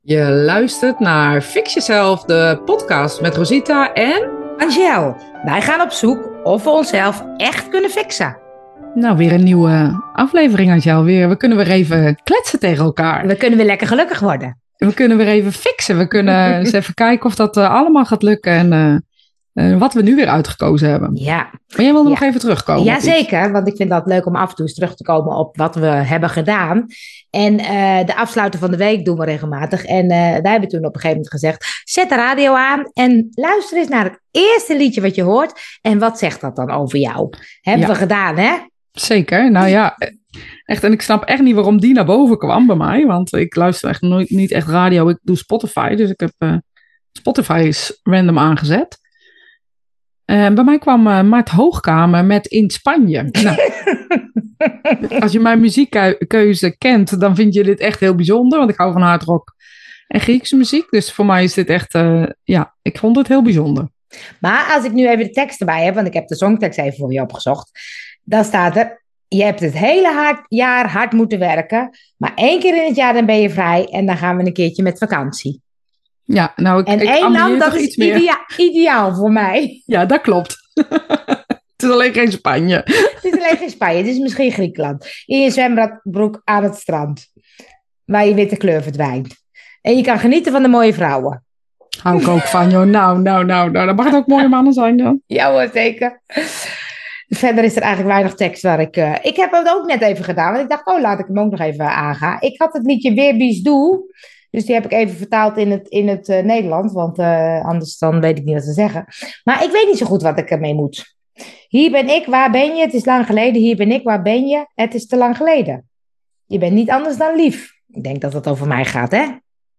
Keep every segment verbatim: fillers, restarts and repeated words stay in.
Je luistert naar Fix Jezelf, de podcast met Rosita en... Angel, wij gaan op zoek of we onszelf echt kunnen fixen. Nou, weer een nieuwe aflevering, Angel. Weer, we kunnen weer even kletsen tegen elkaar. We kunnen weer lekker gelukkig worden. We kunnen weer even fixen. We kunnen eens even kijken of dat uh, allemaal gaat lukken en uh, uh, wat we nu weer uitgekozen hebben. Ja. Maar jij wilde ja. nog even terugkomen? Jazeker, want ik vind dat leuk om af en toe eens terug te komen op wat we hebben gedaan. En uh, de afsluiter van de week doen we regelmatig. En uh, wij hebben toen op een gegeven moment gezegd, zet de radio aan en luister eens naar het eerste liedje wat je hoort. En wat zegt dat dan over jou? Hebben ja. we gedaan, hè? Zeker, nou ja, echt. En ik snap echt niet waarom die naar boven kwam bij mij. Want ik luister echt nooit niet echt radio. Ik doe Spotify, dus ik heb uh, Spotify is random aangezet. Uh, bij mij kwam uh, Mart Hoogkamer met In Spanje. Nou, als je mijn muziekkeuze kent, dan vind je dit echt heel bijzonder. Want ik hou van hardrock en Griekse muziek. Dus voor mij is dit echt, uh, ja, ik vond het heel bijzonder. Maar als ik nu even de tekst erbij heb, want ik heb de songtekst even voor je opgezocht. Dan staat er, je hebt het hele hard, jaar hard moeten werken. Maar één keer in het jaar dan ben je vrij en dan gaan we een keertje met vakantie. Ja, nou, ik, en ik één land, dat is idea- ideaal voor mij. Ja, dat klopt. Het is alleen geen Spanje. Het is alleen geen Spanje, het is misschien Griekenland. In je zwembroek aan het strand. Waar je witte kleur verdwijnt. En je kan genieten van de mooie vrouwen. Hou ik ook van, joh. Nou, nou, nou, nou. Dan mag het ook mooie mannen zijn, dan. Ja hoor, zeker. Verder is er eigenlijk weinig tekst waar ik... Uh, ik heb het ook net even gedaan, want ik dacht, oh, laat ik hem ook nog even aangaan. Ik had het liedje Weer Bies Doe, dus die heb ik even vertaald in het, in het uh, Nederlands, want uh, anders dan weet ik niet wat ze zeggen. Maar ik weet niet zo goed wat ik ermee moet. Hier ben ik, waar ben je? Het is lang geleden. Hier ben ik, waar ben je? Het is te lang geleden. Je bent niet anders dan lief. Ik denk dat het over mij gaat, hè?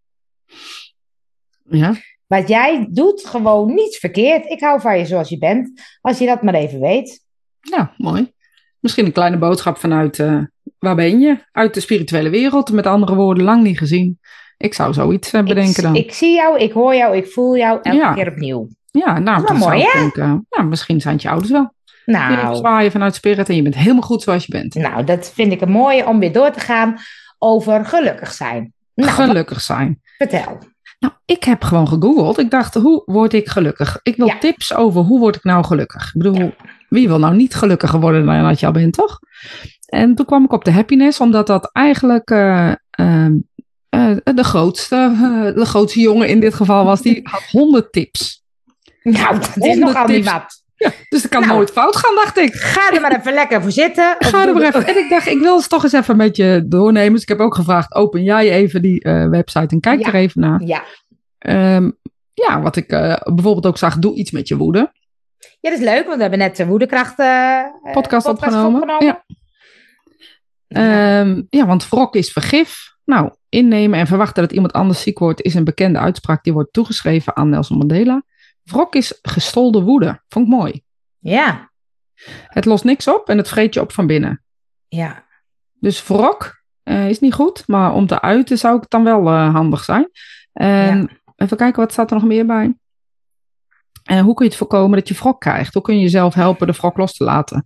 Ja. Wat jij doet, gewoon niets verkeerd. Ik hou van je zoals je bent. Als je dat maar even weet. Ja, mooi. Misschien een kleine boodschap vanuit, uh, waar ben je? Uit de spirituele wereld. Met andere woorden, lang niet gezien. Ik zou zoiets uh, bedenken dan. Ik, ik zie jou, ik hoor jou, ik voel jou elke ja. keer opnieuw. Ja, nou, dat, dat mooi, zou ik denken. Nou, misschien zijn het je ouders wel. Nou. Je zwaaien vanuit spirit en je bent helemaal goed zoals je bent. Nou, dat vind ik een mooie om weer door te gaan over gelukkig zijn. Nou, gelukkig zijn. Vertel. Nou, ik heb gewoon gegoogeld. Ik dacht, hoe word ik gelukkig? Ik wil ja. tips over hoe word ik nou gelukkig? Ik bedoel, ja. wie wil nou niet gelukkiger worden dan dat je al bent, toch? En toen kwam ik op de happiness, omdat dat eigenlijk uh, uh, uh, de, grootste, uh, de grootste jongen in dit geval was. Die had honderd tips. Nou, dat is nogal niet wat. Ja, dus dat kan nou, nooit fout gaan, dacht ik. Ga er maar even lekker voor zitten. Ga er maar even. En ik dacht, ik wil het toch eens even met je doornemen. Dus ik heb ook gevraagd, open jij even die uh, website en kijk ja. er even naar. Ja. Um, ja, wat ik uh, bijvoorbeeld ook zag, doe iets met je woede. Ja, dat is leuk, want we hebben net de woedekracht uh, podcast, podcast opgenomen. opgenomen. Ja. Um, ja, want wrok is vergif. Nou, innemen en verwachten dat iemand anders ziek wordt is een bekende uitspraak die wordt toegeschreven aan Nelson Mandela. Wrok is gestolde woede. Vond ik mooi. Ja. Het lost niks op en het vreet je op van binnen. Ja. Dus wrok uh, is niet goed, maar om te uiten zou het dan wel uh, handig zijn. En ja. Even kijken, wat staat er nog meer bij? En hoe kun je het voorkomen dat je wrok krijgt? Hoe kun je jezelf helpen de wrok los te laten?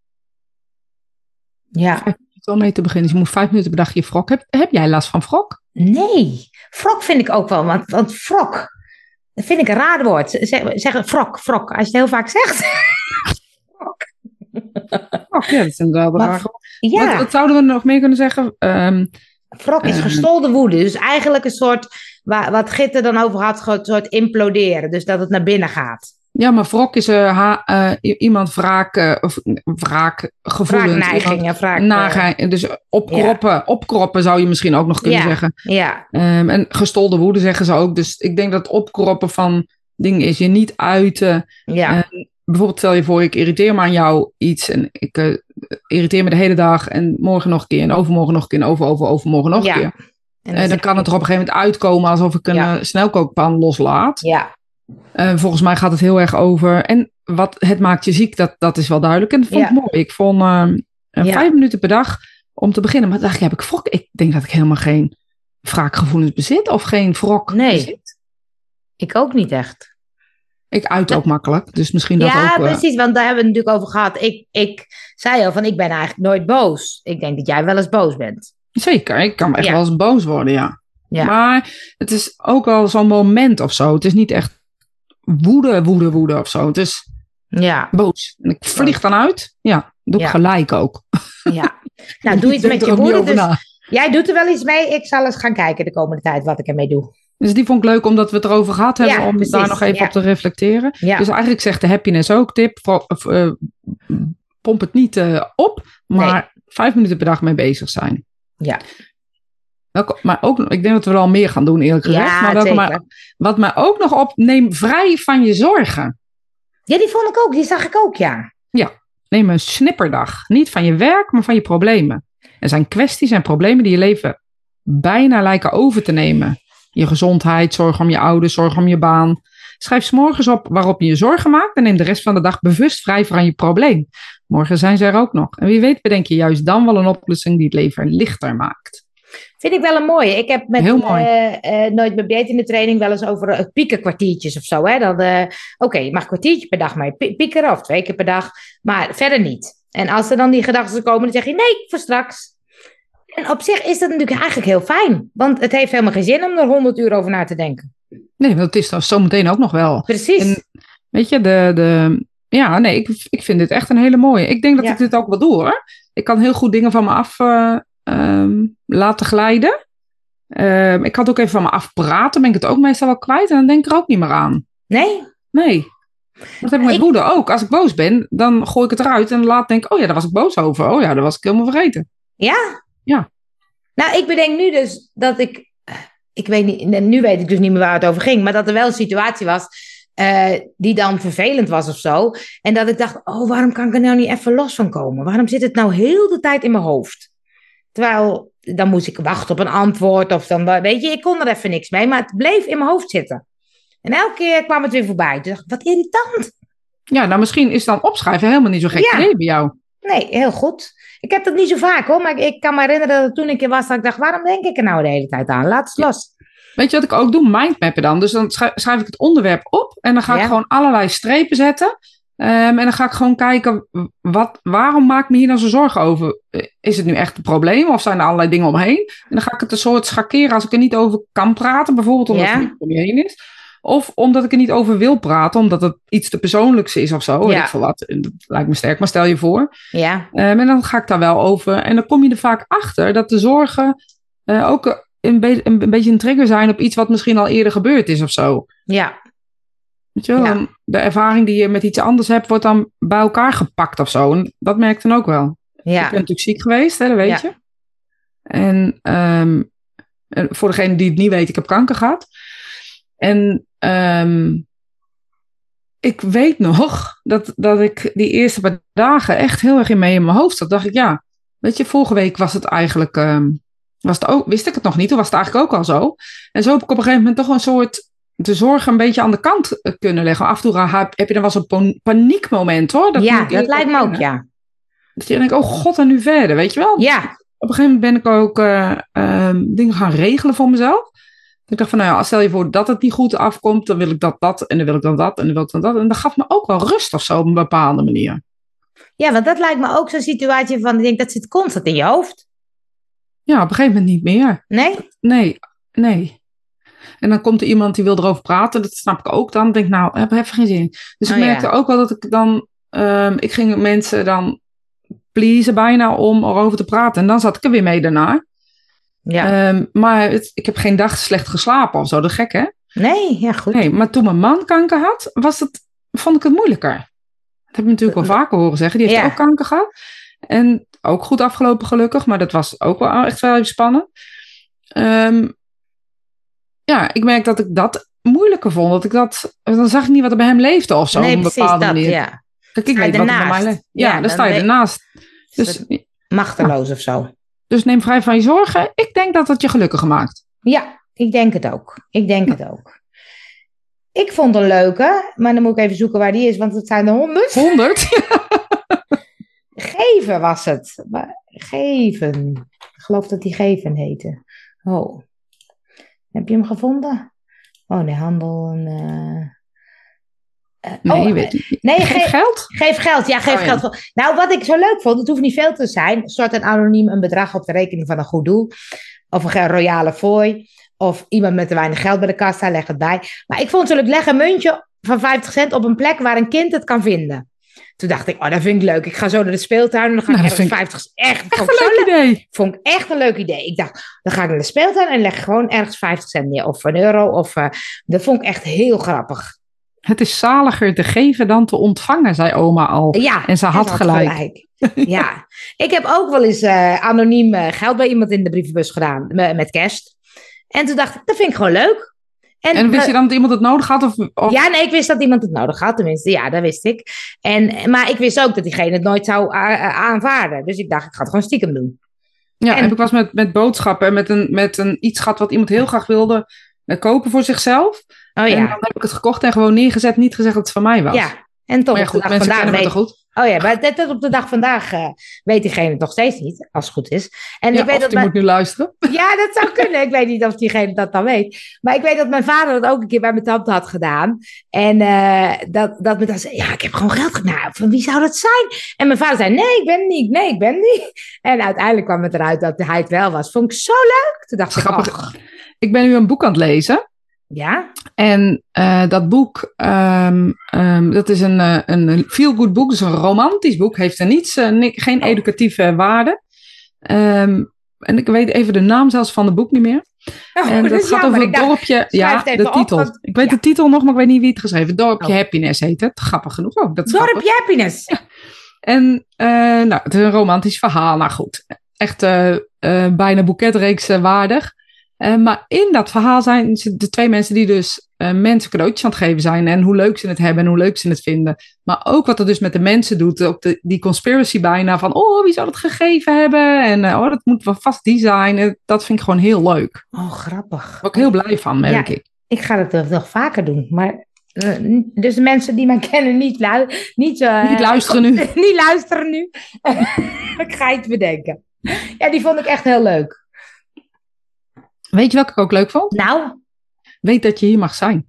Ja. Vijf minuten om mee te beginnen. Dus je moet vijf minuten per dag je wrok. Heb, heb jij last van wrok? Nee. Wrok vind ik ook wel, want, want wrok, dat vind ik een raar woord. Zeg, zeg wrok, wrok, als je het heel vaak zegt. Wrok. Wrok, ja, dat is inderdaad raar. Ja. Wat, wat zouden we nog meer kunnen zeggen? Um, wrok is gestolde woede. Dus eigenlijk een soort, waar, wat Gitte dan over had, een soort imploderen. Dus dat het naar binnen gaat. Ja, maar wrok is uh, ha, uh, iemand wraak, uh, of wraakgevoelens. Wraakneigingen. Wraak, nage, dus opkroppen, ja. opkroppen zou je misschien ook nog kunnen ja, zeggen. Ja. Um, en gestolde woede zeggen ze ook. Dus ik denk dat opkroppen van dingen is je niet uiten. Ja. Uh, bijvoorbeeld stel je voor, ik irriteer me aan jou iets. En ik uh, irriteer me de hele dag. En morgen nog een keer. En overmorgen nog een keer. En over, over, overmorgen nog een ja. keer. En dan, uh, dan kan het er op een gegeven moment uitkomen alsof ik een ja. uh, snelkookpan loslaat. Ja. Uh, volgens mij gaat het heel erg over. En wat het maakt je ziek, dat, dat is wel duidelijk. En dat vond ik ja. mooi. Ik vond uh, uh, ja. vijf minuten per dag om te beginnen. Maar dacht ik, heb ik wrok? Ik denk dat ik helemaal geen wraakgevoelens bezit. Of geen wrok nee. bezit. Ik ook niet echt. Ik uit ook makkelijk. Dus misschien dat ja, ook... Ja, uh... precies. Want daar hebben we het natuurlijk over gehad. Ik, ik zei al van, ik ben eigenlijk nooit boos. Ik denk dat jij wel eens boos bent. Zeker. Ik kan echt ja. wel eens boos worden, ja. Ja. Maar het is ook wel zo'n moment of zo. Het is niet echt woede, woede, woede of zo. Het is Ja. boos. En ik vlieg dan uit. Ja, doe ik Ja. gelijk ook. Ja. Nou, doe iets Denk met er je ook niet woede. over Dus na. jij doet er wel iets mee. Ik zal eens gaan kijken de komende tijd wat ik ermee doe. Dus die vond ik leuk omdat we het erover gehad hebben. Ja, om precies. daar nog even Ja. op te reflecteren. Ja. Dus eigenlijk zegt de happiness ook tip. Voor, of, uh, pomp het niet uh, op. Maar nee. vijf minuten per dag mee bezig zijn. Ja. Welke, maar ook, ik denk dat we er al meer gaan doen eerlijk gezegd. Ja, maar welke, zeker. maar, wat mij ook nog op, neem vrij van je zorgen. Ja, die vond ik ook. Die zag ik ook, ja. Ja, neem een snipperdag. Niet van je werk, maar van je problemen. Er zijn kwesties en problemen die je leven bijna lijken over te nemen. Je gezondheid, zorg om je ouders, zorg om je baan. Schrijf 's morgens op waarop je je zorgen maakt en neem de rest van de dag bewust vrij van je probleem. Morgen zijn ze er ook nog. En wie weet bedenk je juist dan wel een oplossing die het leven lichter maakt. Vind ik wel een mooie. Ik heb met Heel mooi. Uh, uh, Nooit meer beter in de training wel eens over uh, piekenkwartiertjes of zo. Hè? Uh, Oké, okay, je mag een kwartiertje per dag mee piekeren of twee keer per dag. Maar verder niet. En als er dan die gedachten komen, dan zeg je nee, voor straks. En op zich is dat natuurlijk eigenlijk heel fijn. Want het heeft helemaal geen zin om er honderd uur over na te denken. Nee, dat is dan zometeen ook nog wel. Precies. En, weet je, de, de, ja, nee, ik, ik vind dit echt een hele mooie. Ik denk dat ja. ik dit ook wel doe, hoor. Ik kan heel goed dingen van me af uh, um, laten glijden. Uh, ik kan het ook even van me afpraten. Ben ik het ook meestal wel kwijt. En dan denk ik er ook niet meer aan. Nee? Nee. Dat heb ik met ik... woede ook. Als ik boos ben, dan gooi ik het eruit. En laat denk ik, oh ja, daar was ik boos over. Oh ja, dat was ik helemaal vergeten. Ja? Ja. Nou, ik bedenk nu dus dat ik... Ik weet niet, nu weet ik dus niet meer waar het over ging. Maar dat er wel een situatie was uh, die dan vervelend was of zo. En dat ik dacht, oh, waarom kan ik er nou niet even los van komen? Waarom zit het nou heel de tijd in mijn hoofd? Terwijl, dan moest ik wachten op een antwoord. Of dan, weet je, ik kon er even niks mee. Maar het bleef in mijn hoofd zitten. En elke keer kwam het weer voorbij. Toen dacht ik, wat irritant. Ja, nou misschien is dan opschrijven helemaal niet zo gek ja. idee bij jou. Nee, heel goed. Ik heb dat niet zo vaak hoor. Maar ik, ik kan me herinneren dat het toen een keer was dat ik dacht, waarom denk ik er nou de hele tijd aan? Laat het los. Weet je wat ik ook doe? Mindmappen dan. Dus dan schrijf ik het onderwerp op. En dan ga ik ja. gewoon allerlei strepen zetten. Um, en dan ga ik gewoon kijken, wat, waarom maak ik me hier nou zo zorgen over? Is het nu echt een probleem of zijn er allerlei dingen omheen? En dan ga ik het een soort schakeren als ik er niet over kan praten. Bijvoorbeeld omdat ja. het niet om je heen is. Of omdat ik er niet over wil praten, omdat het iets te persoonlijks is of zo. Ja. Weet ik veel wat. Dat lijkt me sterk, maar stel je voor. Ja. Um, en dan ga ik daar wel over. En dan kom je er vaak achter dat de zorgen uh, ook een, be- een, een beetje een trigger zijn op iets wat misschien al eerder gebeurd is of zo. Ja. Weet je wel, ja. De ervaring die je met iets anders hebt, wordt dan bij elkaar gepakt of zo. En dat merk ik dan ook wel. Ja. Ik ben natuurlijk ziek geweest, hè, dat weet ja. je. En, um, en voor degene die het niet weet, ik heb kanker gehad. En um, ik weet nog dat, dat ik die eerste paar dagen echt heel erg in mee in mijn hoofd zat. Dacht ik, ja, weet je, vorige week was het eigenlijk, um, was het ook, wist ik het nog niet, toen was het eigenlijk ook al zo. En zo heb ik op een gegeven moment toch een soort de zorgen een beetje aan de kant kunnen leggen. Af en toe heb je dan wel zo'n paniekmoment, hoor. Dat ja, dat lijkt me ook, ja. Dus je denkt, oh god, en nu verder, weet je wel? Ja. Op een gegeven moment ben ik ook uh, um, dingen gaan regelen voor mezelf. Ik dacht van, nou ja, stel je voor dat het niet goed afkomt, dan wil ik dat, dat, en dan wil ik dan dat, en dan wil ik dan dat. En dat gaf me ook wel rust of zo, op een bepaalde manier. Ja, want dat lijkt me ook zo'n situatie van, ik denk, dat zit constant in je hoofd. Ja, op een gegeven moment niet meer. Nee? Nee, nee. En dan komt er iemand die wil erover praten, dat snap ik ook dan. Dan denk ik, nou, ik heb even geen zin. Dus ik oh, merkte ja. ook wel dat ik dan, um, ik ging mensen dan pleasen bijna om erover te praten. En dan zat ik er weer mee daarna. Ja. Um, maar het, ik heb geen dag slecht geslapen of zo, dat is gek, hè? Nee, ja, goed. Nee, maar toen mijn man kanker had, was het, vond ik het moeilijker. Dat heb ik natuurlijk wel vaker horen zeggen. Die heeft ja. ook kanker gehad. En ook goed afgelopen gelukkig, maar dat was ook wel echt wel even spannend. Um, ja, ik merk dat ik dat moeilijker vond. Dat ik dat, dan zag ik niet wat er bij hem leefde of zo. Nee, op een precies bepaalde dat, manier. ja. Kijk, ik weet wat er bij mij leeft. Ja, ja, dan sta je ernaast. Dus, machteloos ja. of zo. Dus neem vrij van je zorgen. Ik denk dat het je gelukkiger maakt. Ja, ik denk het ook. Ik denk ja. het ook. Ik vond een leuke, maar dan moet ik even zoeken waar die is, want het zijn er honderd. Honderd? Geven was het. Geven. Ik geloof dat die Geven heette. Oh. Heb je hem gevonden? Oh nee, handel en... Uh... Uh, nee, oh, weet je. nee, geef geef geld? Geef geld, ja, geef oh, geld. Ja. Nou, wat ik zo leuk vond, het hoeft niet veel te zijn. Stort een anoniem een bedrag op de rekening van een goed doel. Of een royale fooi. Of iemand met te weinig geld bij de kassa, leg het bij. Maar ik vond natuurlijk, leg een muntje van vijftig cent op een plek waar een kind het kan vinden. Toen dacht ik, oh, dat vind ik leuk. Ik ga zo naar de speeltuin en dan ga ik Nou, ergens dat vind ik vijftig... Echt, Echt vond een ik zo leuk idee. Vond ik echt een leuk idee. Ik dacht, dan ga ik naar de speeltuin en leg gewoon ergens vijftig cent neer. Of een euro. Of, uh, dat vond ik echt heel grappig. Het is zaliger te geven dan te ontvangen, zei oma al. Ja, en ze had, had gelijk. gelijk. Ja, ik heb ook wel eens uh, anoniem uh, geld bij iemand in de brievenbus gedaan. M- met kerst. En toen dacht ik, dat vind ik gewoon leuk. En, en wist je dan dat iemand het nodig had? Of, of... Ja, nee, ik wist dat iemand het nodig had, tenminste. Ja, dat wist ik. En, maar ik wist ook dat diegene het nooit zou a- aanvaarden. Dus ik dacht, ik ga het gewoon stiekem doen. Ja, en en ik was met, met boodschappen, met een, met een iets gehad wat iemand heel graag wilde uh, kopen voor zichzelf. Oh, ja. En dan heb ik het gekocht en gewoon neergezet, niet gezegd dat het van mij was. Ja, en toch maar ja, op de goed, dag mensen vandaag kennen weet... me toch goed? Oh ja, maar dat, dat op de dag vandaag uh, weet diegene het nog steeds niet, als het goed is. En Ja, ik weet of dat die mijn... moet nu luisteren. Ja, dat zou kunnen. Ik weet niet of diegene dat dan weet. Maar ik weet dat mijn vader dat ook een keer bij mijn tante had gedaan. En uh, dat, dat mijn tante zei, ja, ik heb gewoon geld gedaan. Nou, van wie zou dat zijn? En mijn vader zei, nee, ik ben het niet. Nee, ik ben het niet. En uiteindelijk kwam het eruit dat hij het wel was. Vond ik zo leuk. Toen dacht ik, ach. Ik ben nu een boek aan het lezen. Ja? En uh, dat boek, um, um, dat is een, uh, een feel-good boek. Dus een romantisch boek. Heeft er niets, uh, ni- geen Oh. educatieve waarde. Um, en ik weet even de naam zelfs van het boek niet meer. Oh, en dat, dat gaat over het dorpje. Ja, de op, titel. want, ik weet ja. de titel nog, maar ik weet niet wie het geschreven heeft. Dorpje oh. Happiness heet het. Grappig genoeg ook. Dat is Dorpje grappig. Happiness. Ja. En uh, nou, het is een romantisch verhaal. Nou goed, echt uh, uh, bijna boeketreeks uh, waardig. Uh, maar in dat verhaal zijn de twee mensen die dus uh, mensen cadeautjes aan het geven zijn. En hoe leuk ze het hebben en hoe leuk ze het vinden. Maar ook wat het dus met de mensen doet. Ook de, die conspiracy bijna van, oh, wie zou dat gegeven hebben? En uh, oh, dat moet wel vast die zijn. Uh, dat vind ik gewoon heel leuk. Oh, grappig. Daar word ik heel blij van, merk ja, ik. Ik ga dat nog vaker doen. Maar, uh, dus de mensen die mij kennen niet, lu- niet, uh, niet luisteren nu. niet luisteren nu. Ik ga iets bedenken. Ja, die vond ik echt heel leuk. Weet je welke ik ook leuk vond? Nou. Weet dat je hier mag zijn.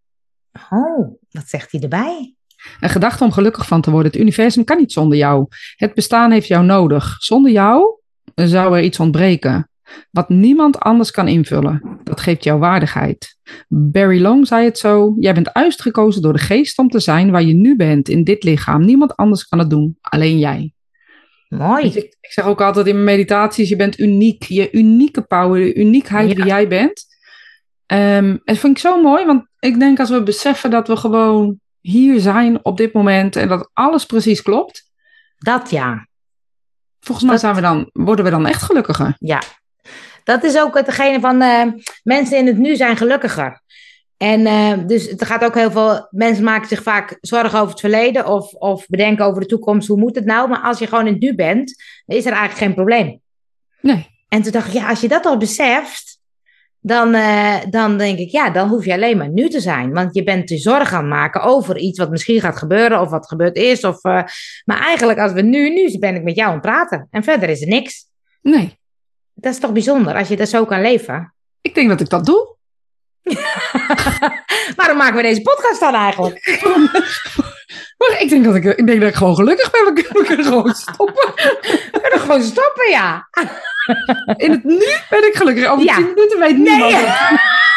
Oh, wat zegt hij erbij? Een gedachte om gelukkig van te worden. Het universum kan niet zonder jou. Het bestaan heeft jou nodig. Zonder jou zou er iets ontbreken. Wat niemand anders kan invullen. Dat geeft jou waardigheid. Barry Long zei het zo. Jij bent uitgekozen door de geest om te zijn waar je nu bent. In dit lichaam. Niemand anders kan het doen. Alleen jij. Mooi. Ik, ik zeg ook altijd in mijn meditaties. Je bent uniek. Je unieke power. De uniekheid ja. die jij bent. Um, en dat vind ik zo mooi. Want ik denk als we beseffen dat we gewoon hier zijn op dit moment. En dat alles precies klopt. Dat ja. Volgens mij zijn we dan, worden we dan echt gelukkiger. Ja. Dat is ook hetgene van uh, mensen in het nu zijn gelukkiger. En uh, dus het gaat ook heel veel, mensen maken zich vaak zorgen over het verleden of, of bedenken over de toekomst, hoe moet het nou? Maar als je gewoon in het nu bent, dan is er eigenlijk geen probleem. Nee. En toen dacht ik, ja, als je dat al beseft, dan, uh, dan denk ik, ja, dan hoef je alleen maar nu te zijn. Want je bent je zorgen aan het maken over iets wat misschien gaat gebeuren of wat gebeurd is. Of, uh, maar eigenlijk als we nu, nu ben ik met jou aan het praten en verder is er niks. Nee. Dat is toch bijzonder als je dat zo kan leven? Ik denk dat ik dat doe. Waarom maken we deze podcast dan eigenlijk? Maar ik denk dat ik, ik denk dat ik gewoon gelukkig ben. We kunnen gewoon stoppen. We kunnen gewoon stoppen, ja. In het nu ben ik gelukkig. Over ja. tien minuten weet niemand nee. het.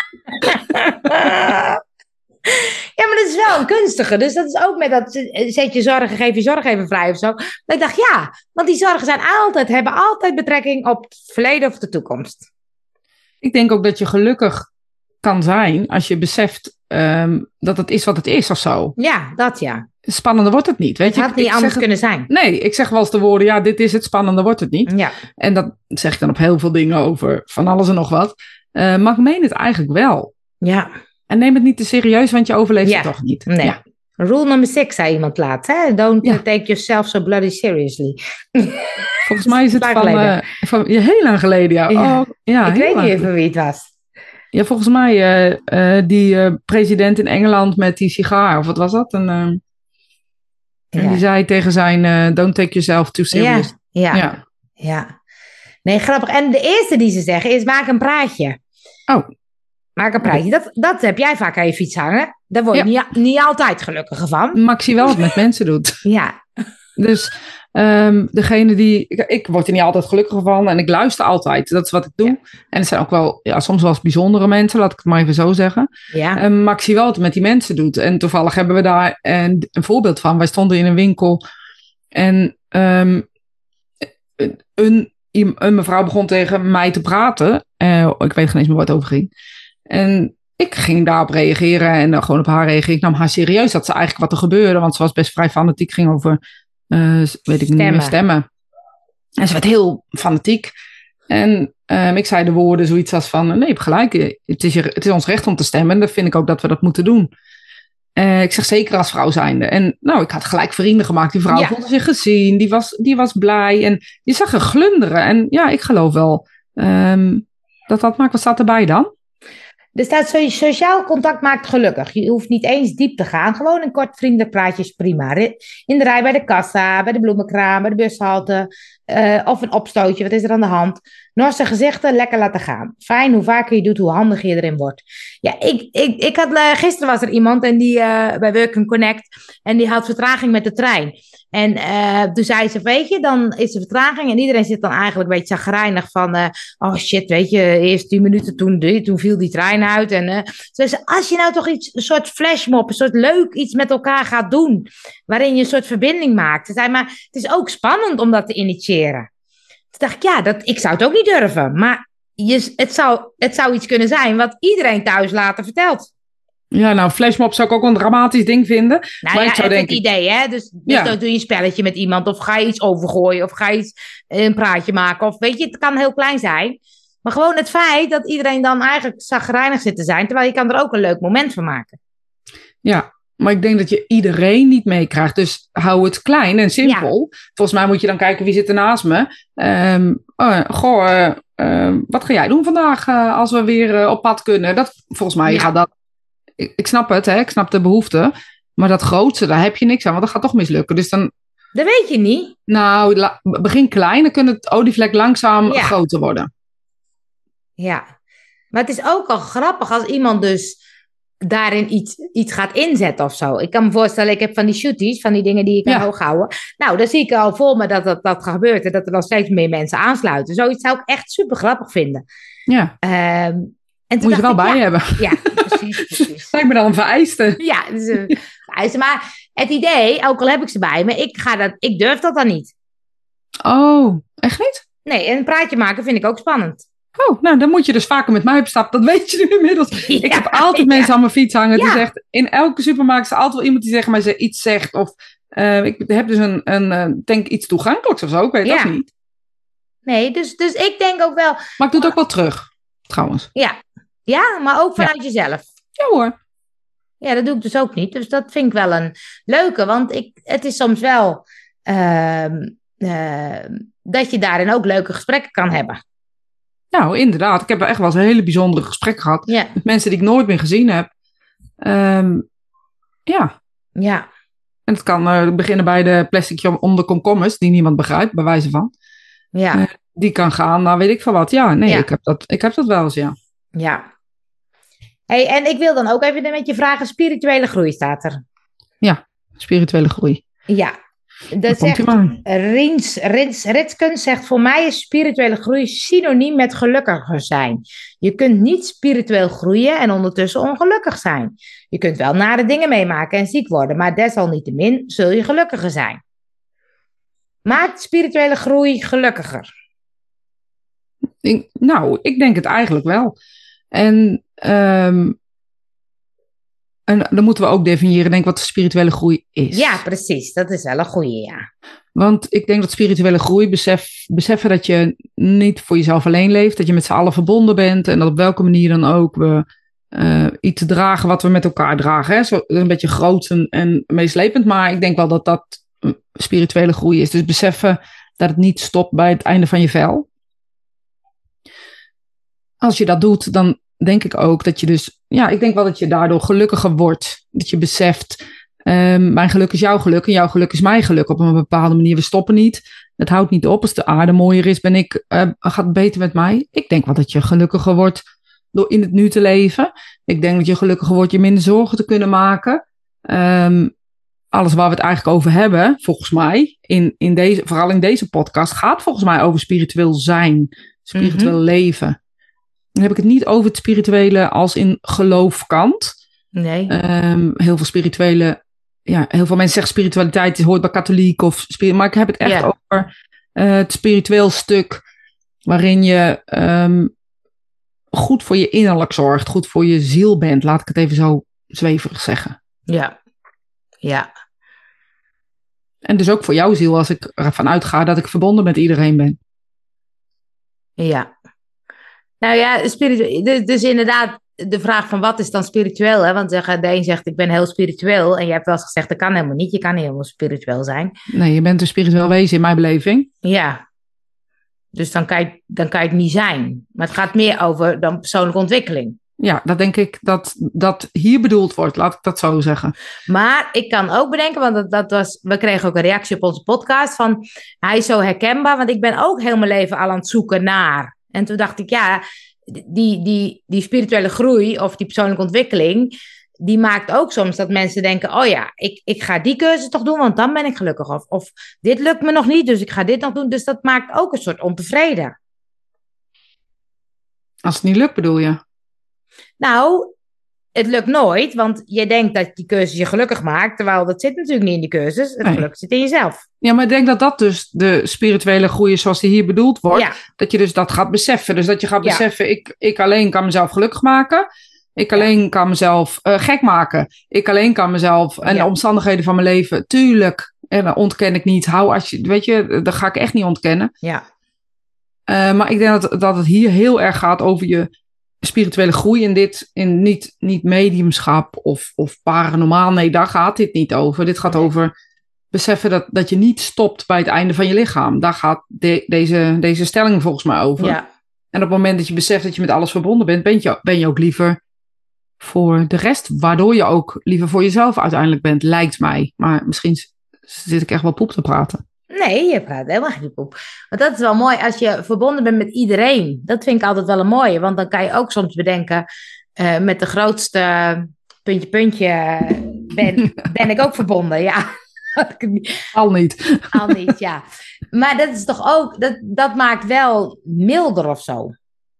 Ja, maar dat is wel een kunstige. Dus dat is ook met dat zet je zorgen, geef je zorg even vrij of zo. Dat ik dacht, ja, want die zorgen zijn altijd, hebben altijd betrekking op het verleden of de toekomst. Ik denk ook dat je gelukkig kan zijn als je beseft um, dat het is wat het is of zo. Ja, dat ja. Spannender wordt het niet. Weet het je? had niet ik anders het, kunnen zijn. Nee, ik zeg wel eens de woorden, ja, dit is het, spannender wordt het niet. Ja. En dat zeg ik dan op heel veel dingen over van alles en nog wat. Uh, maar ik meen het eigenlijk wel. Ja. En neem het niet te serieus, want je overleeft ja. het toch niet. Nee. Ja. Rule nummer six, zei iemand laat. Hè? Don't ja. take yourself so bloody seriously. Volgens mij is het van, uh, van ja, heel lang geleden. Ja. ja. Oh, ja ik weet niet even wie het was. Ja, volgens mij uh, uh, die uh, president in Engeland met die sigaar. Of wat was dat? En, uh, en ja. die zei tegen zijn uh, don't take yourself too serious. Ja. Ja. ja. ja. Nee, grappig. En de eerste die ze zeggen is maak een praatje. Oh. Maak een praatje. Dat, dat heb jij vaak aan je fiets hangen. Daar word je ja. niet, niet altijd gelukkiger van. Maar ik zie wel wat het met mensen doet. Ja. Dus Um, degene die, ik, ik word er niet altijd gelukkiger van en ik luister altijd. Dat is wat ik doe. Ja. En het zijn ook wel, ja, soms wel eens bijzondere mensen, laat ik het maar even zo zeggen. Ja. Um, maar ik zie wel wat het met die mensen doet. En toevallig hebben we daar een, een voorbeeld van. Wij stonden in een winkel en um, een, een mevrouw begon tegen mij te praten. Uh, ik weet geen eens meer wat het over ging. En ik ging daarop reageren en uh, gewoon op haar reageren. Ik nam haar serieus dat ze eigenlijk wat er gebeurde, want ze was best vrij fanatiek, ging over... Uh, weet ik niet meer stemmen. En ze werd heel fanatiek. En um, ik zei de woorden zoiets als van... Nee, je hebt gelijk. Het is, je, het is ons recht om te stemmen. En dan vind ik ook dat we dat moeten doen. Uh, ik zeg zeker als vrouw zijnde. En nou, ik had gelijk vrienden gemaakt. Die vrouw ja. voelde zich gezien. Die was, die was blij. En je zag haar glunderen. En ja, ik geloof wel um, dat dat maakt. Wat staat erbij dan? Er staat sociaal contact maakt gelukkig. Je hoeft niet eens diep te gaan. Gewoon een kort vriendelijk praatje is prima. In de rij bij de kassa, bij de bloemenkraam, bij de bushalte. Uh, of een opstootje, wat is er aan de hand? Norse gezichten, lekker laten gaan. Fijn, hoe vaker je doet, hoe handiger je erin wordt. Ja, ik, ik, ik had, uh, gisteren was er iemand en die, uh, bij Work and Connect. En die had vertraging met de trein. En uh, toen zei ze, weet je, dan is er vertraging. En iedereen zit dan eigenlijk een beetje chagrijnig van... Uh, oh shit, weet je, eerst tien minuten toen, toen viel die trein uit. En uh, zei ze, als je nou toch iets, een soort flashmob, een soort leuk iets met elkaar gaat doen... waarin je een soort verbinding maakt. Ze zei, maar het is ook spannend om dat te initiëren. Toen dacht ik, ja, dat, ik zou het ook niet durven. Maar je, het, zou, het zou iets kunnen zijn wat iedereen thuis later vertelt. Ja, nou, flashmob zou ik ook een dramatisch ding vinden. Nou maar ja, ik zou het denken... idee, hè. Dus, dus ja. dan doe je een spelletje met iemand. Of ga je iets overgooien. Of ga je iets, een praatje maken. Of weet je, het kan heel klein zijn. Maar gewoon het feit dat iedereen dan eigenlijk chagrijnig zit te zijn. Terwijl je kan er ook een leuk moment van maken. Ja, maar ik denk dat je iedereen niet meekrijgt. Dus hou het klein en simpel. Ja. Volgens mij moet je dan kijken wie zit er naast me. Um, uh, goh, uh, uh, wat ga jij doen vandaag uh, als we weer uh, op pad kunnen? Dat, volgens mij ja. gaat dat... Ik, ik snap het, hè? Ik snap de behoefte. Maar dat grootste, daar heb je niks aan. Want dat gaat toch mislukken. Dus dan... Dat weet je niet. Nou, la, begin klein. Dan kan het olievlek langzaam ja. groter worden. Ja. Maar het is ook al grappig als iemand dus... daarin iets, iets gaat inzetten of zo. Ik kan me voorstellen, ik heb van die shooties, van die dingen die ik ja. hoog houden. Nou, dan zie ik al voor me dat dat, dat gebeurt en dat er dan steeds meer mensen aansluiten. Zoiets zou ik echt super grappig vinden. Ja. Um, en moet je er wel ik, bij ja, hebben. Ja, precies. precies. Lijkt me dan een vereiste. Ja, dus een vereiste. Maar het idee, ook al heb ik ze bij me, ik, ga dat, ik durf dat dan niet. Oh, echt niet? Nee, en een praatje maken vind ik ook spannend. Oh, nou, dan moet je dus vaker met mij op stap. Dat weet je nu inmiddels. Ja, ik heb altijd ja. mensen aan mijn fiets hangen. Ja. Die zegt, in elke supermarkt is er altijd wel iemand die zegt, maar ze iets zegt. Of uh, ik heb dus een, een uh, denk iets toegankelijks of zo. Ik weet ja. dat niet. Nee, dus, dus ik denk ook wel... Maar ik doe het ook wel terug, trouwens. Ja, ja, maar ook vanuit ja. jezelf. Ja hoor. Ja, dat doe ik dus ook niet. Dus dat vind ik wel een leuke. Want ik, het is soms wel uh, uh, dat je daarin ook leuke gesprekken kan hebben. Nou, inderdaad. Ik heb echt wel eens een hele bijzondere gesprek gehad. Ja. Met mensen die ik nooit meer gezien heb. Um, ja. Ja. En het kan uh, beginnen bij de plastic om de komkommers, die niemand begrijpt, bij wijze van. Ja. Uh, die kan gaan, nou weet ik van wat. Ja, nee, ja. Ik, heb dat, ik heb dat wel eens, ja. Ja. Hey, en ik wil dan ook even met je vragen, spirituele groei staat er. Ja, spirituele groei. Ja. Dat zegt Rins, Rins Ritskens zegt, voor mij is spirituele groei synoniem met gelukkiger zijn. Je kunt niet spiritueel groeien en ondertussen ongelukkig zijn. Je kunt wel nare dingen meemaken en ziek worden, maar desalniettemin zul je gelukkiger zijn. Maakt spirituele groei gelukkiger? Ik, nou, ik denk het eigenlijk wel. En... Um... En dan moeten we ook definiëren, denk ik, wat de spirituele groei is. Ja, precies. Dat is wel een goeie, ja. Want ik denk dat spirituele groei, besef, beseffen dat je niet voor jezelf alleen leeft, dat je met z'n allen verbonden bent en dat op welke manier dan ook we uh, iets dragen wat we met elkaar dragen. Hè? Zo, een beetje groot en, en meeslepend, maar ik denk wel dat dat spirituele groei is. Dus beseffen dat het niet stopt bij het einde van je vel. Als je dat doet, dan denk ik ook dat je dus... Ja, ik denk wel dat je daardoor gelukkiger wordt. Dat je beseft, um, mijn geluk is jouw geluk en jouw geluk is mijn geluk. Op een bepaalde manier, we stoppen niet. Het houdt niet op. Als de aarde mooier is, ben ik, uh, gaat het beter met mij. Ik denk wel dat je gelukkiger wordt door in het nu te leven. Ik denk dat je gelukkiger wordt je minder zorgen te kunnen maken. Um, alles waar we het eigenlijk over hebben, volgens mij, in, in deze, vooral in deze podcast, gaat volgens mij over spiritueel zijn, spiritueel Mhm. leven. Dan heb ik het niet over het spirituele als in geloofkant. Nee. Um, heel veel spirituele, ja, heel veel mensen zeggen spiritualiteit hoort bij katholiek of spiri- maar ik heb het echt Ja. over uh, het spiritueel stuk waarin je um, goed voor je innerlijk zorgt, goed voor je ziel bent. Laat ik het even zo zweverig zeggen. Ja. Ja. En dus ook voor jouw ziel, als ik ervan uitga dat ik verbonden met iedereen ben. Ja. Nou ja, spiritu- dus, dus inderdaad de vraag van wat is dan spiritueel? Hè? Want de een zegt ik ben heel spiritueel en je hebt wel eens gezegd dat kan helemaal niet. Je kan niet helemaal spiritueel zijn. Nee, je bent een spiritueel wezen in mijn beleving. Ja. Dus dan kan, je, dan kan je het niet zijn. Maar het gaat meer over dan persoonlijke ontwikkeling. Ja, dat denk ik dat dat hier bedoeld wordt. Laat ik dat zo zeggen. Maar ik kan ook bedenken, want dat, dat was, we kregen ook een reactie op onze podcast van hij is zo herkenbaar, want ik ben ook heel mijn leven al aan het zoeken naar. En toen dacht ik, ja, die, die, die spirituele groei of die persoonlijke ontwikkeling, die maakt ook soms dat mensen denken, oh ja, ik, ik ga die cursus toch doen, want dan ben ik gelukkig. Of, of dit lukt me nog niet, dus ik ga dit nog doen. Dus dat maakt ook een soort ontevreden. Als het niet lukt, bedoel je? Nou, het lukt nooit, want je denkt dat die cursus je gelukkig maakt, terwijl dat zit natuurlijk niet in die cursus. Het Nee. geluk zit in jezelf. Ja, maar ik denk dat dat dus de spirituele groei is zoals die hier bedoeld wordt. Ja. Dat je dus dat gaat beseffen. Dus dat je gaat Ja. beseffen, ik, ik alleen kan mezelf gelukkig maken. Ik alleen ja. kan mezelf uh, gek maken. Ik alleen kan mezelf en ja. de omstandigheden van mijn leven, tuurlijk, en dat ontken ik niet. Hou als je, weet je, dat ga ik echt niet ontkennen. Ja. Uh, maar ik denk dat, dat het hier heel erg gaat over je spirituele groei in dit, in niet, niet mediumschap of, of paranormaal. Nee, daar gaat dit niet over. Dit gaat Nee. over beseffen dat, dat je niet stopt bij het einde van je lichaam. Daar gaat de, deze, deze stelling volgens mij over. Ja. En op het moment dat je beseft dat je met alles verbonden bent, ben je, ben je ook liever voor de rest. Waardoor je ook liever voor jezelf uiteindelijk bent, lijkt mij. Maar misschien zit ik echt wel poep te praten. Nee, je praat helemaal geen poep. Want dat is wel mooi als je verbonden bent met iedereen. Dat vind ik altijd wel een mooie. Want dan kan je ook soms bedenken, uh, met de grootste puntje puntje ben, ben ik ook verbonden. Ja. Al niet. Al niet, ja. Maar dat is toch ook, dat, dat maakt wel milder of zo.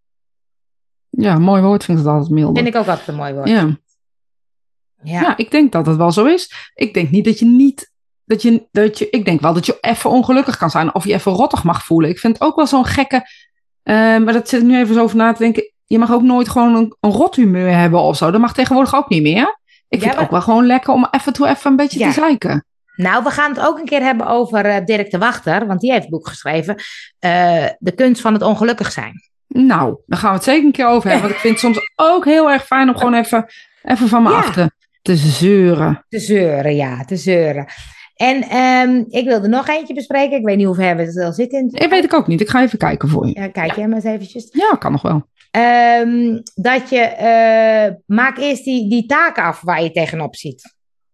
Ja, een mooi woord vind ik dat altijd milder. Vind ik ook altijd een mooi woord. Ja. Ja. Ja, ik denk dat het wel zo is. Ik denk niet dat je niet... Dat je, dat je, ik denk wel dat je even ongelukkig kan zijn. Of je even rottig mag voelen. Ik vind het ook wel zo'n gekke... Uh, maar dat zit ik nu even zo over na te denken. Je mag ook nooit gewoon een, een rothumeur hebben of zo. Dat mag tegenwoordig ook niet meer. Ik vind ja, maar... het ook wel gewoon lekker om even toe even een beetje ja. te zeiken. Nou, we gaan het ook een keer hebben over uh, Dirk de Wachter. Want die heeft een boek geschreven. Uh, de kunst van het ongelukkig zijn. Nou, daar gaan we het zeker een keer over hebben. Want ik vind het soms ook heel erg fijn om gewoon even, even van me ja. af te, te zeuren. Te zeuren, ja. Te zeuren. En um, ik wilde nog eentje bespreken. Ik weet niet hoe ver we het al zitten. Dat weet ik ook niet. Ik ga even kijken voor je. Ja, kijk jij maar eens eventjes. Ja, kan nog wel. Um, dat je... Uh, maak eerst die, die taken af waar je tegenop ziet.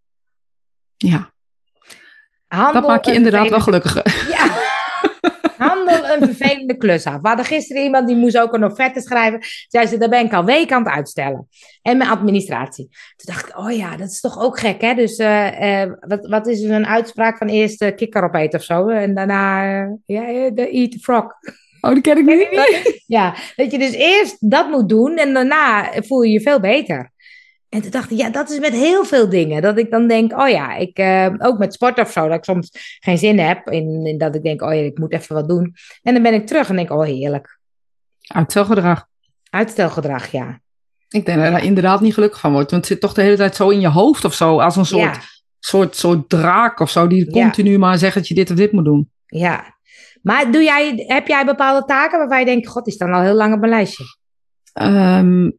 Ja. Handel dat maak je inderdaad wel gelukkiger. Ja. Handel een vervelende klus af. We hadden gisteren iemand die moest ook een offerte schrijven. Zei ze, daar ben ik al weken aan het uitstellen. En mijn administratie. Toen dacht ik, oh ja, dat is toch ook gek, hè? Dus uh, uh, wat, wat is er een uitspraak van eerst uh, kikker opeten of zo? En daarna, uh, ja, uh, eat the frog. Oh, die ken ik niet. Nee. Ja, dat je dus eerst dat moet doen en daarna voel je je veel beter. En toen dacht ik, ja, dat is met heel veel dingen. Dat ik dan denk, oh ja, ik, uh, ook met sport of zo, dat ik soms geen zin heb. In, in dat ik denk, oh ja, ik moet even wat doen. En dan ben ik terug en denk, oh heerlijk. Uitstelgedrag. Uitstelgedrag, ja. Ik denk dat je daar inderdaad niet gelukkig van wordt. Want het zit toch de hele tijd zo in je hoofd of zo. Als een soort, ja. soort, soort draak of zo. Die continu ja. maar zegt dat je dit of dit moet doen. Ja. Maar doe jij, heb jij bepaalde taken waarvan je denkt, god, die staan al heel lang op mijn lijstje? Um,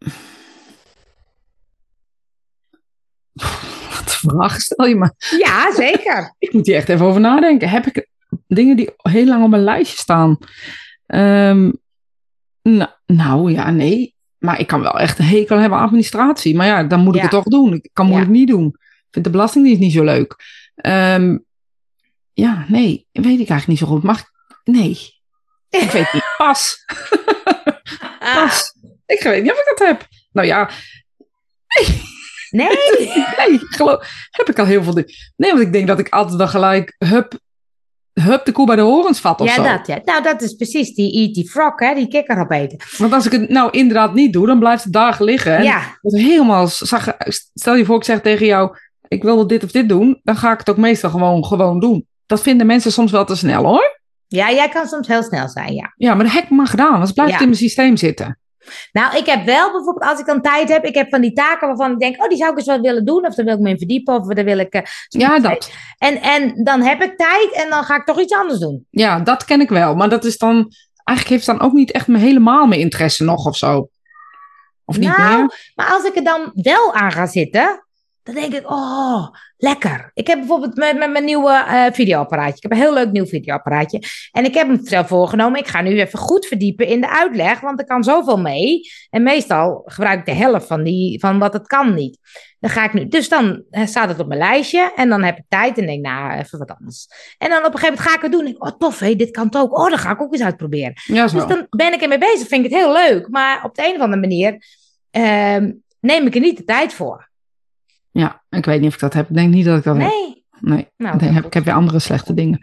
Wat een vraag stel je me. Ja, zeker. Ik moet hier echt even over nadenken. Heb ik dingen die heel lang op mijn lijstje staan? Um, nou, nou ja, nee. Maar ik kan wel echt een hekel hebben aan administratie. Maar ja, dan moet ik ja. het toch doen. Ik kan moeilijk ja. niet doen. Ik vind de belastingdienst niet zo leuk. Um, ja, nee. Weet ik eigenlijk niet zo goed. Mag ik? Nee. Ik weet niet. Pas. Pas. Ik weet niet of ik dat heb. Nou ja. Nee? Nee, geloof, heb ik al heel veel dingen. Nee, want ik denk dat ik altijd wel gelijk hup, hup de koe bij de horens vat of Ja, zo. dat ja. Nou, dat is precies die eat die frog, hè, die kikker opeten. Want als ik het nou inderdaad niet doe, dan blijft het dagen liggen. En Ja. het helemaal, zag, stel je voor, ik zeg tegen jou, ik wil dit of dit doen, dan ga ik het ook meestal gewoon, gewoon doen. Dat vinden mensen soms wel te snel, hoor. Ja, jij kan soms heel snel zijn, ja. Ja, maar dat heb ik maar gedaan, want het blijft Ja. in mijn systeem zitten. Nou, ik heb wel bijvoorbeeld, als ik dan tijd heb, ik heb van die taken waarvan ik denk, oh, die zou ik eens wat willen doen, of daar wil ik me in verdiepen, of daar wil ik... Uh, ja, dat. En, en dan heb ik tijd en dan ga ik toch iets anders doen. Ja, dat ken ik wel, maar dat is dan, eigenlijk heeft het dan ook niet echt me helemaal mijn interesse nog of zo. Of niet nou, meer? Maar als ik er dan wel aan ga zitten, dan denk ik, oh, lekker. Ik heb bijvoorbeeld met, met mijn nieuwe uh, videoapparaatje. Ik heb een heel leuk nieuw videoapparaatje. En ik heb hem zelf voorgenomen, ik ga nu even goed verdiepen in de uitleg, want er kan zoveel mee. En meestal gebruik ik de helft van, die, van wat het kan niet. Dan ga ik nu, dus dan staat het op mijn lijstje en dan heb ik tijd en denk, nou, even wat anders. En dan op een gegeven moment ga ik het doen. En denk, oh, tof, hé, dit kan het ook. Oh, dan ga ik ook eens uitproberen. Ja, zo. Dus dan ben ik ermee bezig, vind ik het heel leuk. Maar op de een of andere manier uh, neem ik er niet de tijd voor. Ja, ik weet niet of ik dat heb. Ik denk niet dat ik dat nee. heb. Nee. Nou, ik, denk, heb, ik heb weer andere slechte dingen.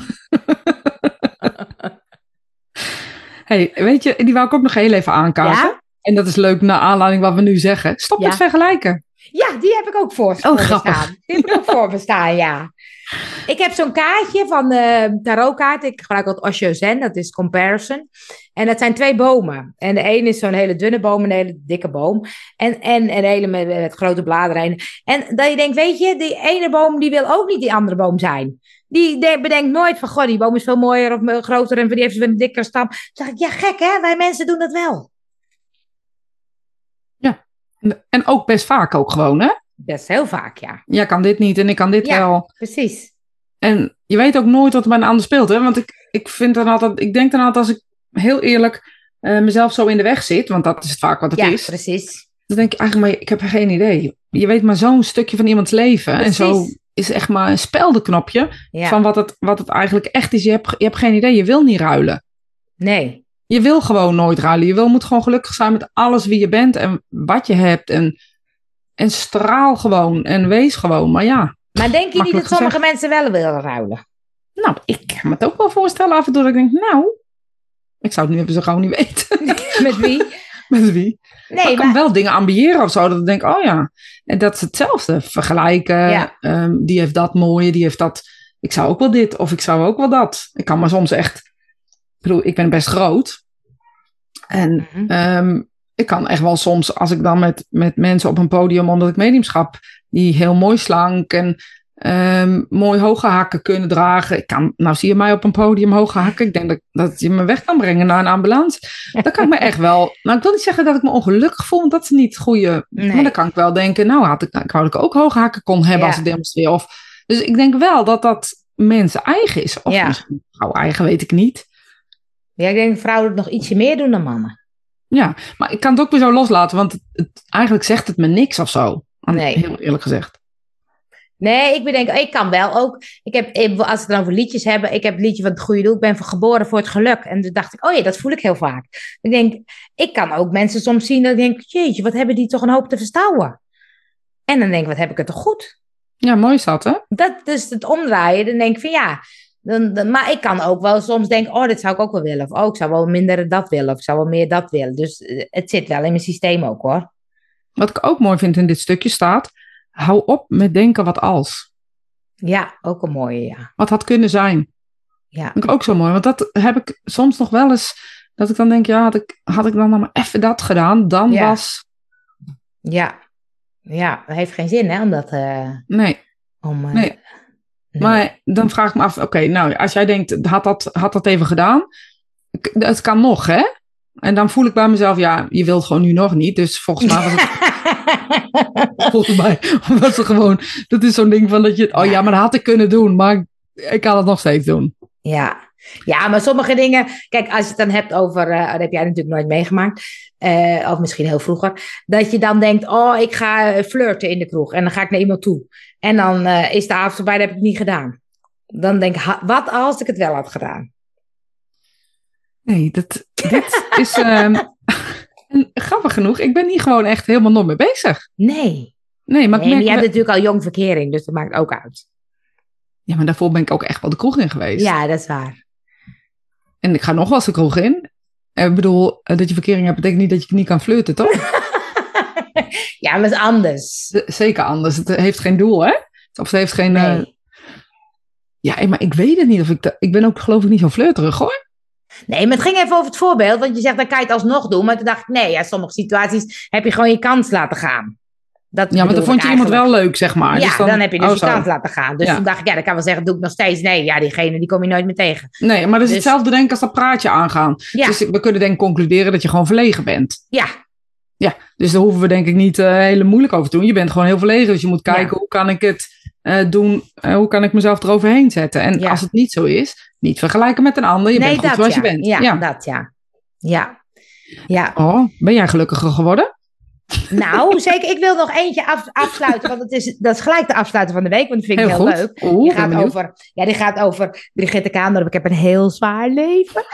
Hey, weet je, die wou ik ook nog heel even aankaarten. Ja? En dat is leuk naar aanleiding wat we nu zeggen. Stop ja. met vergelijken. Ja, die heb ik ook voor, oh, voor me grappig. staan. Die heb ik ook voor me staan, ja. Ik heb zo'n kaartje van de tarotkaart. Ik gebruik altijd Osho Zen, dat is comparison. En dat zijn twee bomen. En de ene is zo'n hele dunne boom en een hele dikke boom. En, en een hele met, met grote bladeren. En dat je denkt, weet je, die ene boom die wil ook niet die andere boom zijn. Die de, bedenkt nooit van, goh, die boom is veel mooier of groter en die heeft een dikkere stam. Dan zeg ik, ja gek hè, wij mensen doen dat wel. Ja, en ook best vaak ook gewoon hè. Best heel vaak, ja. Jij kan dit niet en ik kan dit ja, wel. Precies. En je weet ook nooit wat er bij een ander speelt, hè? Want ik, ik vind dan altijd, ik denk dan altijd als ik heel eerlijk uh, mezelf zo in de weg zit, want dat is het vaak wat het ja, is. Ja, precies. Dan denk ik eigenlijk, maar ik heb geen idee. Je weet maar zo'n stukje van iemands leven. Precies. En zo is echt maar een speldenknopje ja. van wat het, wat het eigenlijk echt is. Je hebt, je hebt geen idee, je wil niet ruilen. Nee. Je wil gewoon nooit ruilen. Je wil, moet gewoon gelukkig zijn met alles wie je bent en wat je hebt. En, en straal gewoon en wees gewoon. Maar ja. Maar denk je niet dat sommige gezegd. mensen wel willen ruilen? Nou, ik kan me het ook wel voorstellen af en toe dat ik denk, nou, ik zou het nu even zo gauw niet weten. Met wie? Met wie? Nee, maar ik kan maar... wel dingen ambiëren of zo. Dat ik denk, oh ja. En dat is hetzelfde. Vergelijken. Ja. Um, die heeft dat mooie. Die heeft dat. Ik zou ook wel dit. Of ik zou ook wel dat. Ik kan maar soms echt. Ik bedoel, ik ben best groot. En mm-hmm. um, ik kan echt wel soms. Als ik dan met, met mensen op een podium. Omdat ik mediumschap. Die heel mooi slank. En um, mooi hoge hakken kunnen dragen. Ik kan, nou zie je mij op een podium hoge hakken. Ik denk dat, dat je me weg kan brengen naar een ambulance. Dan kan ik me echt wel... Nou, ik wil niet zeggen dat ik me ongelukkig voel, want dat is niet het goede... Nee. Maar dan kan ik wel denken, nou, had ik, ik wou dat ik ook hoge hakken kon hebben ja. als ik demonstreer. Of, dus ik denk wel dat dat mensen eigen is. Of ja. misschien vrouw eigen, weet ik niet. Ja, ik denk dat vrouwen het nog ietsje meer doen dan mannen. Ja, maar ik kan het ook weer zo loslaten, want het, het, eigenlijk zegt het me niks of zo. Nee. Heel eerlijk gezegd. Nee, ik bedenk, ik kan wel ook. Ik heb, als we het dan over liedjes hebben, ik heb het liedje van het goede doel. Ik ben geboren voor het geluk. En toen dacht ik, oh ja, dat voel ik heel vaak. Ik denk, ik kan ook mensen soms zien dat ik denk, jeetje, wat hebben die toch een hoop te verstouwen. En dan denk ik, wat heb ik het toch goed? Ja, mooi is dat, hè? Dat dus het omdraaien. Dan denk ik van ja, dan, dan, maar ik kan ook wel soms denken, oh, dit zou ik ook wel willen. Of oh, ik zou wel minder dat willen. Of ik zou wel meer dat willen. Dus het zit wel in mijn systeem ook, hoor. Wat ik ook mooi vind in dit stukje staat, hou op met denken wat als. Ja, ook een mooie, ja. Wat had kunnen zijn. Ja. Vind ik ook zo mooi, want dat heb ik soms nog wel eens, dat ik dan denk, ja, had ik, had ik dan maar even dat gedaan, dan ja. was... Ja, ja, dat heeft geen zin, hè, om dat... Uh, nee. Om, uh, nee. nee. Maar dan vraag ik me af, oké, okay, nou, als jij denkt, had dat, had dat even gedaan, het kan nog, hè? En dan voel ik bij mezelf, ja, je wilt gewoon nu nog niet, dus volgens mij was het... Volgens mij was het gewoon... Dat is zo'n ding van dat je... Oh ja, maar dat had ik kunnen doen. Maar ik kan het nog steeds doen. Ja, ja, maar sommige dingen... Kijk, als je het dan hebt over... Uh, dat heb jij natuurlijk nooit meegemaakt. Uh, of misschien heel vroeger. Dat je dan denkt... Oh, ik ga flirten in de kroeg. En dan ga ik naar iemand toe. En dan uh, is de avond voorbij. Dat heb ik niet gedaan. Dan denk ik... Wat als ik het wel had gedaan? Nee, dat, dit is... Um... En grappig genoeg, ik ben hier gewoon echt helemaal nog mee bezig. Nee. Nee, maar, ik Nee, maar merk je hebt wel- natuurlijk al jong verkering, dus dat maakt ook uit. Ja, maar daarvoor ben ik ook echt wel de kroeg in geweest. Ja, dat is waar. En ik ga nog wel eens de kroeg in. En ik bedoel, eh, dat je verkering hebt, betekent niet dat je niet kan flirten, toch? Ja, maar het is anders. Z- Zeker anders. Het heeft geen doel, hè? Of het heeft geen... eh, Nee. Ja, maar ik weet het niet of ik... dat- Ik ben ook geloof ik niet zo flirterig, hoor. Nee, maar het ging even over het voorbeeld. Want je zegt, dan kan je het alsnog doen. Maar toen dacht ik, nee, ja, sommige situaties heb je gewoon je kans laten gaan. Dat Ja, maar dan bedoelde vond ik je iemand wel eigenlijk. leuk, zeg maar. Ja, Dus dan, heb je dus oh, je zo. kans laten gaan. Dus Ja. toen dacht ik, ja, dan kan wel zeggen, doe ik nog steeds. Nee, ja, diegene die kom je nooit meer tegen. Nee, maar dat is Dus- hetzelfde denk ik als dat praatje aangaan. Ja. Dus we kunnen denk ik concluderen dat je gewoon verlegen bent. Ja, Ja, dus daar hoeven we denk ik niet uh, hele moeilijk over te doen. Je bent gewoon heel verlegen, dus je moet kijken Ja. hoe kan ik het uh, doen, uh, hoe kan ik mezelf eroverheen zetten. En Ja. als het niet zo is, niet vergelijken met een ander. Je nee, bent goed dat zoals ja. je bent. Ja, Ja. dat ja. Ja. Ja. Oh, ben jij gelukkiger geworden? Nou, zeker. Ik wil nog eentje af, afsluiten, want het is, dat is gelijk de afsluiter van de week, want dat vind ik Heel heel, goed. leuk. Oeh, die, ben gaat benieuwd. over, ja, die gaat over Brigitte Kaandorp. Ik heb een heel zwaar leven.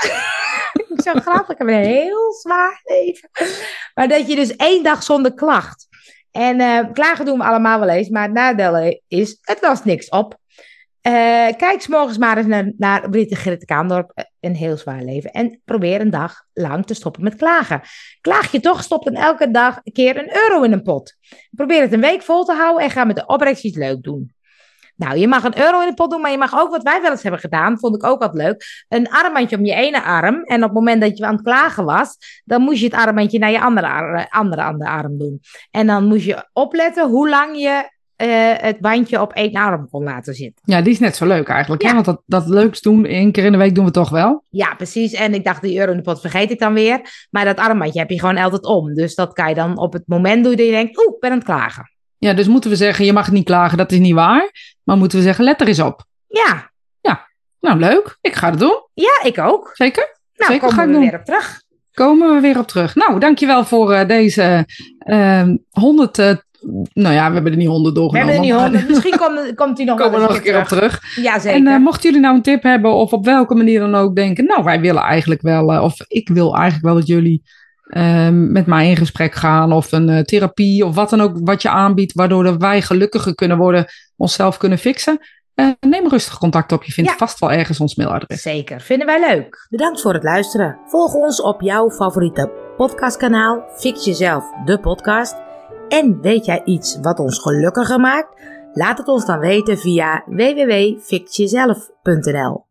Zo grappig, ik heb een heel zwaar leven. Maar dat je dus één dag zonder klacht. En uh, klagen doen we allemaal wel eens, maar het nadeel is, het lost niks op. Uh, kijk 's morgens maar eens naar, naar Brigitte Kaandorp, een heel zwaar leven. En probeer een dag lang te stoppen met klagen. Klaag je toch, stop dan elke dag een keer een euro in een pot. Probeer het een week vol te houden en ga met de opbrengst iets leuk doen. Nou, je mag een euro in de pot doen, maar je mag ook wat wij wel eens hebben gedaan, vond ik ook wat leuk. Een armbandje om je ene arm. En op het moment dat je aan het klagen was, dan moest je het armbandje naar je andere, ar- andere, andere arm doen. En dan moest je opletten hoe lang je uh, het bandje op één arm kon laten zitten. Ja, die is net zo leuk eigenlijk. Ja. Hè? Want dat, dat leuks doen, één keer in de week doen we toch wel. Ja, precies. En ik dacht, die euro in de pot vergeet ik dan weer. Maar dat armbandje heb je gewoon altijd om. Dus dat kan je dan op het moment doen dat je denkt, oeh, ik ben aan het klagen. Ja, dus moeten we zeggen, je mag niet klagen, dat is niet waar. Maar moeten we zeggen, let er eens op. Ja. Ja, nou leuk. Ik ga het doen. Ja, ik ook. Zeker? Nou, Zeker komen ga ik we doen. weer op terug. Komen we weer op terug. Nou, dankjewel voor uh, deze uh, honderd... Uh, nou ja, we hebben er niet honderd We doorgenomen. hebben er niet maar- honderd. Misschien komt, komt hij nog Komen we wel nog eens een keer op terug. Ja, zeker. En uh, mochten jullie nou een tip hebben of op welke manier dan ook denken, nou wij willen eigenlijk wel, uh, of ik wil eigenlijk wel dat jullie uh, met mij in gesprek gaan of een uh, therapie of wat dan ook wat je aanbiedt, waardoor wij gelukkiger kunnen worden, onszelf kunnen fixen. Uh, neem rustig contact op. Je vindt Ja. vast wel ergens ons mailadres. Zeker, vinden wij leuk. Bedankt voor het luisteren. Volg ons op jouw favoriete podcastkanaal Fix Jezelf, de podcast. En weet jij iets wat ons gelukkiger maakt? Laat het ons dan weten via w w w punt fix jezelf punt n l.